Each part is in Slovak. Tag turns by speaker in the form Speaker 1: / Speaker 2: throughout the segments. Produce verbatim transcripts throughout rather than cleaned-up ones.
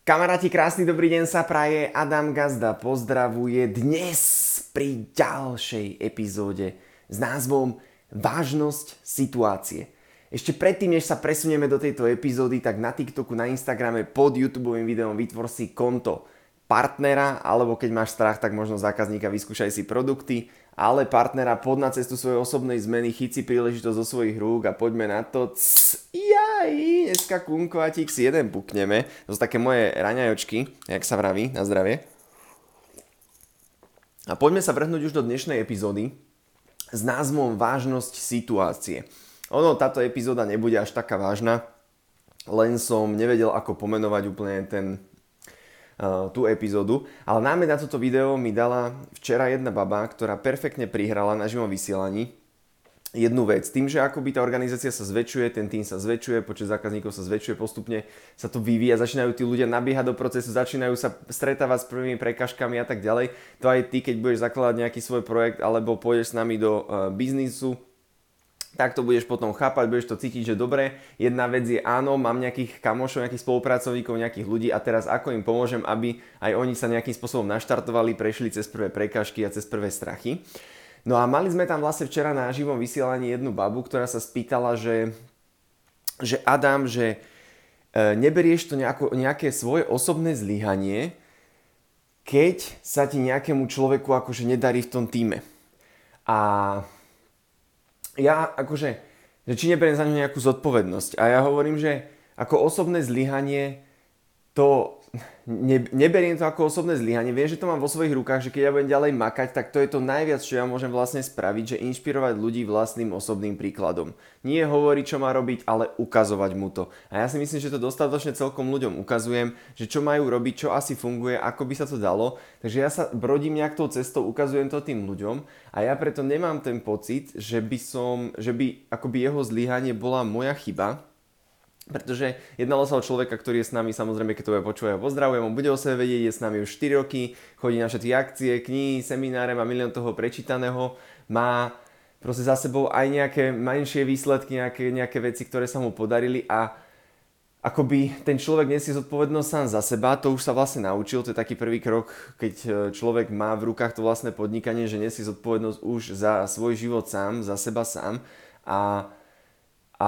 Speaker 1: Kamaráti, krásny dobrý deň sa praje, Adam Gazda pozdravuje dnes pri ďalšej epizóde s názvom Vážnosť situácie. Ešte predtým, než sa presunieme do tejto epizódy, tak na TikToku, na Instagrame pod YouTubeovým videom vytvor si konto partnera, alebo keď máš strach, tak možno zákazníka, vyskúšaj si produkty, ale partnera pod na cestu svojej osobnej zmeny, chyť si príležitosť zo svojich rúk a poďme na to. Cs, jaj, dneska kunkovatík si jeden pukneme. To sú také moje raňajočky, jak sa vraví, na zdravie. A poďme sa vrhnúť už do dnešnej epizódy s názvom Vážnosť situácie. Ono, táto epizóda nebude až taká vážna, len som nevedel, ako pomenovať úplne ten, uh, tú epizódu. Ale námed na toto video mi dala včera jedna baba, ktorá perfektne prihrala na živom vysielaní jednu vec. Tým, že akoby tá organizácia sa zväčšuje, ten tým sa zväčšuje, počet zákazníkov sa zväčšuje, postupne sa to vyvíja, začínajú tí ľudia nabiehať do procesu, začínajú sa stretávať s prvými prekažkami a tak ďalej. To aj ty, keď budeš zakladať nejaký svoj projekt alebo pôjdeš s nami do uh, biznisu, tak to budeš potom chápať, budeš to cítiť, že dobre, jedna vec je áno, mám nejakých kamošov, nejakých spolupracovníkov, nejakých ľudí a teraz ako im pomôžem, aby aj oni sa nejakým spôsobom naštartovali, prešli cez prvé prekážky a cez prvé strachy. No a mali sme tam vlastne včera na živom vysielaní jednu babu, ktorá sa spýtala, že, že Adam, že e, neberieš to nejako, nejaké svoje osobné zlyhanie, keď sa ti nejakému človeku akože nedarí v tom týme. A ja akože, že či neberiem za ňu nejakú zodpovednosť. A ja hovorím, že ako osobné zlyhanie to ne, neberiem to ako osobné zlyhanie. Viem, že to mám vo svojich rukách, že keď ja budem ďalej makať, tak to je to najviac, čo ja môžem vlastne spraviť, že inšpirovať ľudí vlastným osobným príkladom. Nie hovoriť, čo má robiť, ale ukazovať mu to. A ja si myslím, že to dostatočne celkom ľuďom ukazujem, že čo majú robiť, čo asi funguje, ako by sa to dalo. Takže ja sa brodím nejak tou cestou, ukazujem to tým ľuďom a ja preto nemám ten pocit, že by som, že by akoby jeho zlyhanie bola moja chyba. Pretože jednalo sa o človeka, ktorý je s nami, samozrejme, keď to bude počúvať, pozdravujem, on bude o sebe vedieť, je s nami už štyri roky, chodí na všetky akcie, knihy, semináre, má milión toho prečítaného, má proste za sebou aj nejaké menšie výsledky, nejaké, nejaké veci, ktoré sa mu podarili a akoby ten človek nesie zodpovednosť sám za seba, to už sa vlastne naučil, to je taký prvý krok, keď človek má v rukách to vlastné podnikanie, že nesie zodpovednosť už za svoj život sám, za seba sám a, a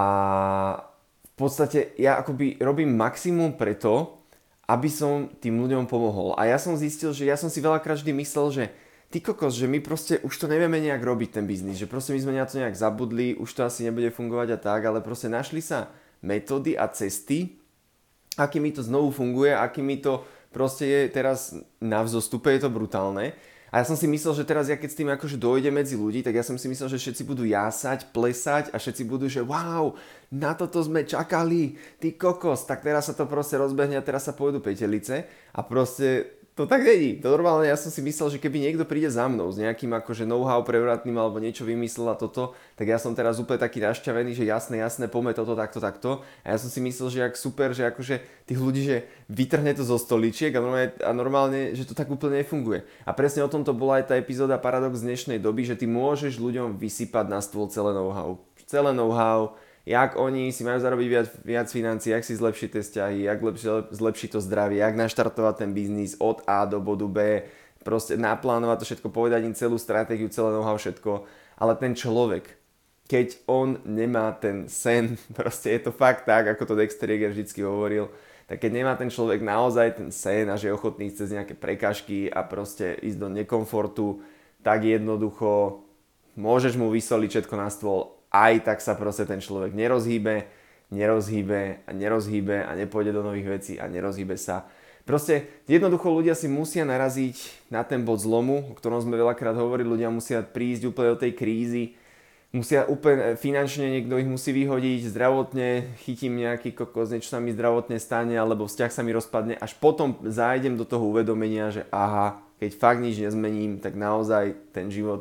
Speaker 1: v podstate ja akoby robím maximum preto, aby som tým ľuďom pomohol. A ja som zistil, že ja som si veľakrát vždy myslel, že ty kokos, že my proste už to nevieme nejak robiť ten biznis, že proste my sme na to nejak zabudli, už to asi nebude fungovať a tak, ale proste našli sa metódy a cesty, akými to znovu funguje, akými to proste je teraz na vzostupe, je to brutálne. A ja som si myslel, že teraz ja keď s tým akože dojde medzi ľudí, tak ja som si myslel, že všetci budú jásať, plesať a všetci budú, že wow, na toto sme čakali, ty kokos, tak teraz sa to proste rozbehne a teraz sa pôjdu petelice a proste to tak není. To normálne, ja som si myslel, že keby niekto príde za mnou s nejakým akože know-how prevratným alebo niečo vymyslel a toto, tak ja som teraz úplne taký našťavený, že jasné, jasné, poďme toto, takto, takto. A ja som si myslel, že jak super, že akože tých ľudí, že vytrhne to zo stoličiek a normálne, a normálne, že to tak úplne nefunguje. A presne o tomto bola aj tá epizóda Paradox z dnešnej doby, že ty môžeš ľuďom vysypať na stôl celé know-how. Celé know-how, jak oni si majú zarobiť viac, viac financií, jak si zlepšiť tie vzťahy, jak lepšie, zlepšiť to zdravie, jak naštartovať ten biznis od A do bodu B, proste naplánovať to všetko, povedať im celú stratégiu, celé know-how, všetko. Ale ten človek, keď on nemá ten sen, proste je to fakt tak, ako to Dexter Yeager vždycky hovoril, tak keď nemá ten človek naozaj ten sen a že je ochotný ísť cez nejaké prekážky a proste ísť do nekomfortu, tak jednoducho môžeš mu vysoliť všetko na stôl, aj tak sa proste ten človek nerozhýbe, nerozhýbe a nerozhýbe a nepôjde do nových vecí a nerozhýbe sa. Proste jednoducho ľudia si musia naraziť na ten bod zlomu, o ktorom sme veľakrát hovorili, ľudia musia prísť úplne do tej krízy, musia úplne finančne, niekto ich musí vyhodiť, zdravotne chytím nejaký kokos, niečo sa mi zdravotne stane, alebo vzťah sa mi rozpadne, až potom zájdem do toho uvedomenia, že aha, keď fakt nič nezmením, tak naozaj ten život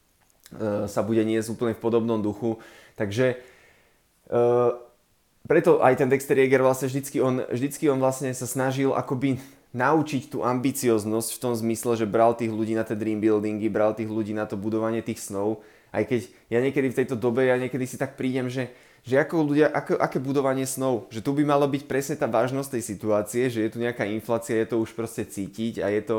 Speaker 1: sa bude niesť úplne v podobnom duchu. Takže uh, preto aj ten Dexter Yeager vlastne vždycky on, vždycky on vlastne sa snažil akoby naučiť tú ambicioznosť v tom zmysle, že bral tých ľudí na tie dream buildingy, bral tých ľudí na to budovanie tých snov. Aj keď ja niekedy v tejto dobe, ja niekedy si tak prídem, že, že ako ľudia, ako, aké budovanie snov, že tu by malo byť presne tá vážnosť tej situácie, že je tu nejaká inflácia, je to už proste cítiť a je to,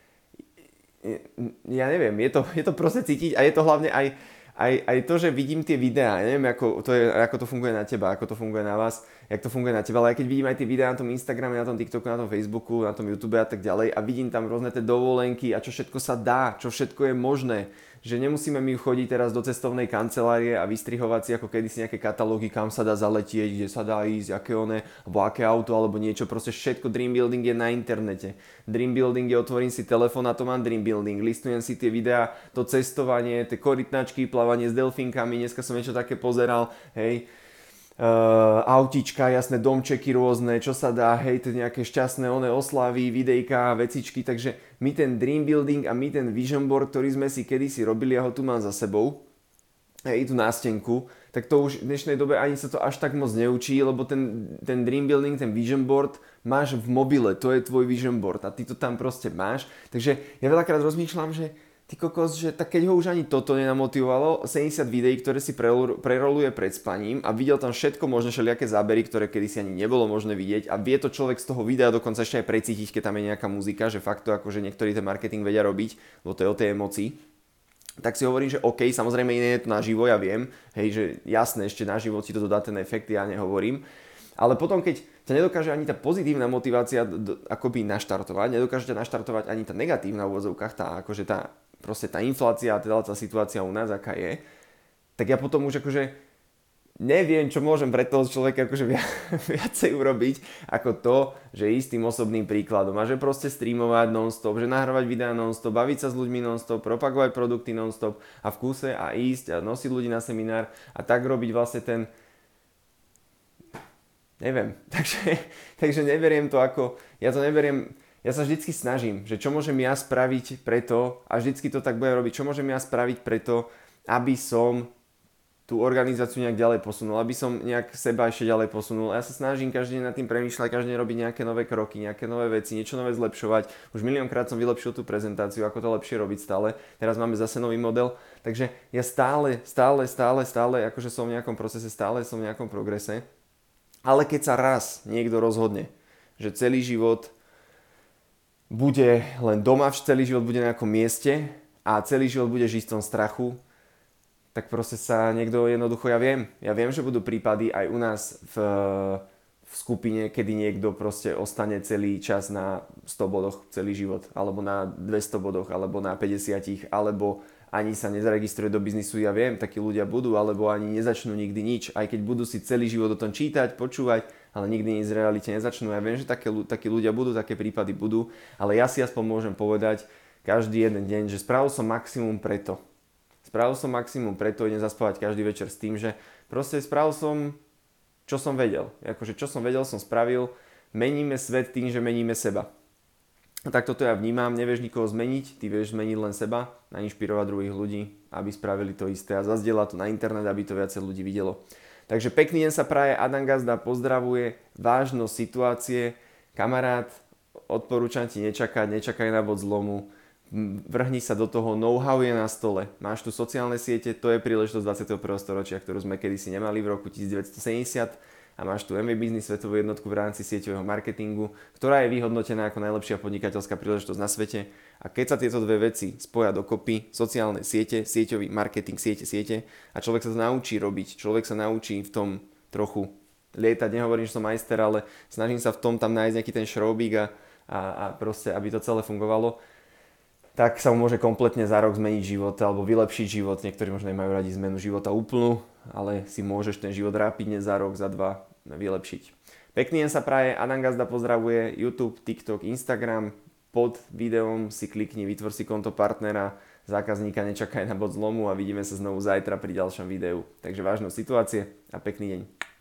Speaker 1: ja neviem, je to, je to proste cítiť a je to hlavne aj, aj, aj to, že vidím tie videá, ja neviem, ako to, je, ako to funguje na teba, ako to funguje na vás, jak to funguje na teba, ale aj keď vidím aj tie videá na tom Instagrame, na tom TikToku, na tom Facebooku, na tom YouTube a tak ďalej a vidím tam rôzne tie dovolenky a čo všetko sa dá, čo všetko je možné, že nemusíme my chodiť teraz do cestovnej kancelárie a vystrihovať si ako kedysi nejaké katalógy, kam sa dá zaletieť, kde sa dá ísť, aké one, alebo aké auto, alebo niečo, proste všetko Dream Building je na internete. Dream Building je, otvorím si telefón a to mám Dream Building, listujem si tie videá, to cestovanie, tie korytnačky, plávanie s delfínkami, dneska som niečo také pozeral, hej, Uh, autíčka, jasné, domčeky rôzne, čo sa dá, hej, nejaké šťastné one oslavy, videjka, vecičky, takže my ten dream building a my ten vision board, ktorý sme si kedysi robili, ja ho tu mám za sebou, hej, tu nástenku, tak to už v dnešnej dobe ani sa to až tak moc neučí, lebo ten, ten dream building, ten vision board máš v mobile, to je tvoj vision board a ty to tam proste máš, takže ja veľakrát rozmýšľam, že ty kokos, že tak keď ho už ani toto nenamotivovalo, sedemdesiat videí, ktoré si preroluje pred spaním a videl tam všetko možné, všelijaké zábery, ktoré kedysi ani nebolo možné vidieť a vie to človek z toho videa dokonca ešte aj precítiť, keď tam je nejaká muzika, že fakt to akože niektorí ten marketing vedia robiť, lebo to je o tej emocii. Tak si hovorím, že OK, samozrejme iné je to naživo, ja viem, hej, že jasné, ešte naživo ti to dodá ten efekt, ja nehovorím. Ale potom, keď ťa nedokáže ani tá pozitívna motivácia do, akoby naštartovať, nedokáže ťa naštartovať ani tá negatívna v úvodzovkách, tá, akože tá, proste tá inflácia a teda tá situácia u nás, aká je, tak ja potom už akože neviem, čo môžem pre toho človeka akože viacej urobiť, ako to, že ísť tým osobným príkladom a že proste streamovať non-stop, že nahrávať videá non-stop, baviť sa s ľuďmi non-stop, propagovať produkty non-stop a v kúse a ísť a nosiť ľudí na seminár a tak robiť vlastne ten neviem, takže, takže neberiem to ako, ja to neberiem, ja sa vždycky snažím, že čo môžem ja spraviť preto, a vždycky to tak budem robiť, čo môžem ja spraviť preto, aby som tú organizáciu nejak ďalej posunul, aby som nejak seba ešte ďalej posunul. Ja sa snažím každý deň nad tým premýšľať, každý deň robiť nejaké nové kroky, nejaké nové veci, niečo nové zlepšovať. Už miliónkrát som vylepšil tú prezentáciu, ako to lepšie robiť stále. Teraz máme zase nový model, takže ja stále, stále, stále, stále, akože som v nejakom procese, stále som v nejakom progrese. Ale keď sa raz niekto rozhodne, že celý život bude len doma, celý život bude na nejakom mieste a celý život bude žiť v tom strachu, tak proste sa niekto jednoducho, ja viem, ja viem, že budú prípady aj u nás v, v skupine, kedy niekto proste ostane celý čas na sto bodoch celý život, alebo na dvesto bodoch, alebo na päťdesiat, alebo ani sa nezaregistruje do biznisu, ja viem, takí ľudia budú, alebo ani nezačnú nikdy nič, aj keď budú si celý život o tom čítať, počúvať, ale nikdy nič v realite nezačnú. Ja viem, že také, takí ľudia budú, také prípady budú, ale ja si aspoň môžem povedať každý jeden deň, že spravil som maximum preto. Spravil som maximum preto, idem zaspávať každý večer s tým, že proste spravil som, čo som vedel. Akože čo som vedel, som spravil. Meníme svet tým, že meníme seba. A tak toto ja vnímam, nevieš nikoho zmeniť, ty vieš zmeniť len seba, nainšpirovať druhých ľudí, aby spravili to isté a zazdieľať to na internet, aby to viacej ľudí videlo. Takže pekný deň sa praje, Adam Gazda pozdravuje, vážnosť situácie, kamarát, odporúčam ti nečakať, nečakaj na bod zlomu, vrhni sa do toho, know-how je na stole, máš tu sociálne siete, to je príležitosť dvadsiateho prvého storočia, ktorú sme kedysi nemali v roku devätnásťsedemdesiat, a máš tu em vé Business, svetovú jednotku v rámci sieťového marketingu, ktorá je vyhodnotená ako najlepšia podnikateľská príležitosť na svete. A keď sa tieto dve veci spoja dokopy, sociálne siete, sieťový marketing, siete, siete, a človek sa to naučí robiť, človek sa naučí v tom trochu lietať, nehovorím, že som majster, ale snažím sa v tom tam nájsť nejaký ten šroubík a, a, a proste, aby to celé fungovalo, tak sa mu môže kompletne za rok zmeniť život alebo vylepšiť život. Niektorí možno nemajú radi zmenu života úplnú, ale si môžeš ten život rápidne za rok, za dva vylepšiť. Pekný deň sa praje, Adam Gazda pozdravuje, YouTube, TikTok, Instagram, pod videom si klikni, vytvor si konto partnera, zákazníka, nečakaj na bod zlomu a vidíme sa znovu zajtra pri ďalšom videu. Takže vážnosť situácie a pekný deň.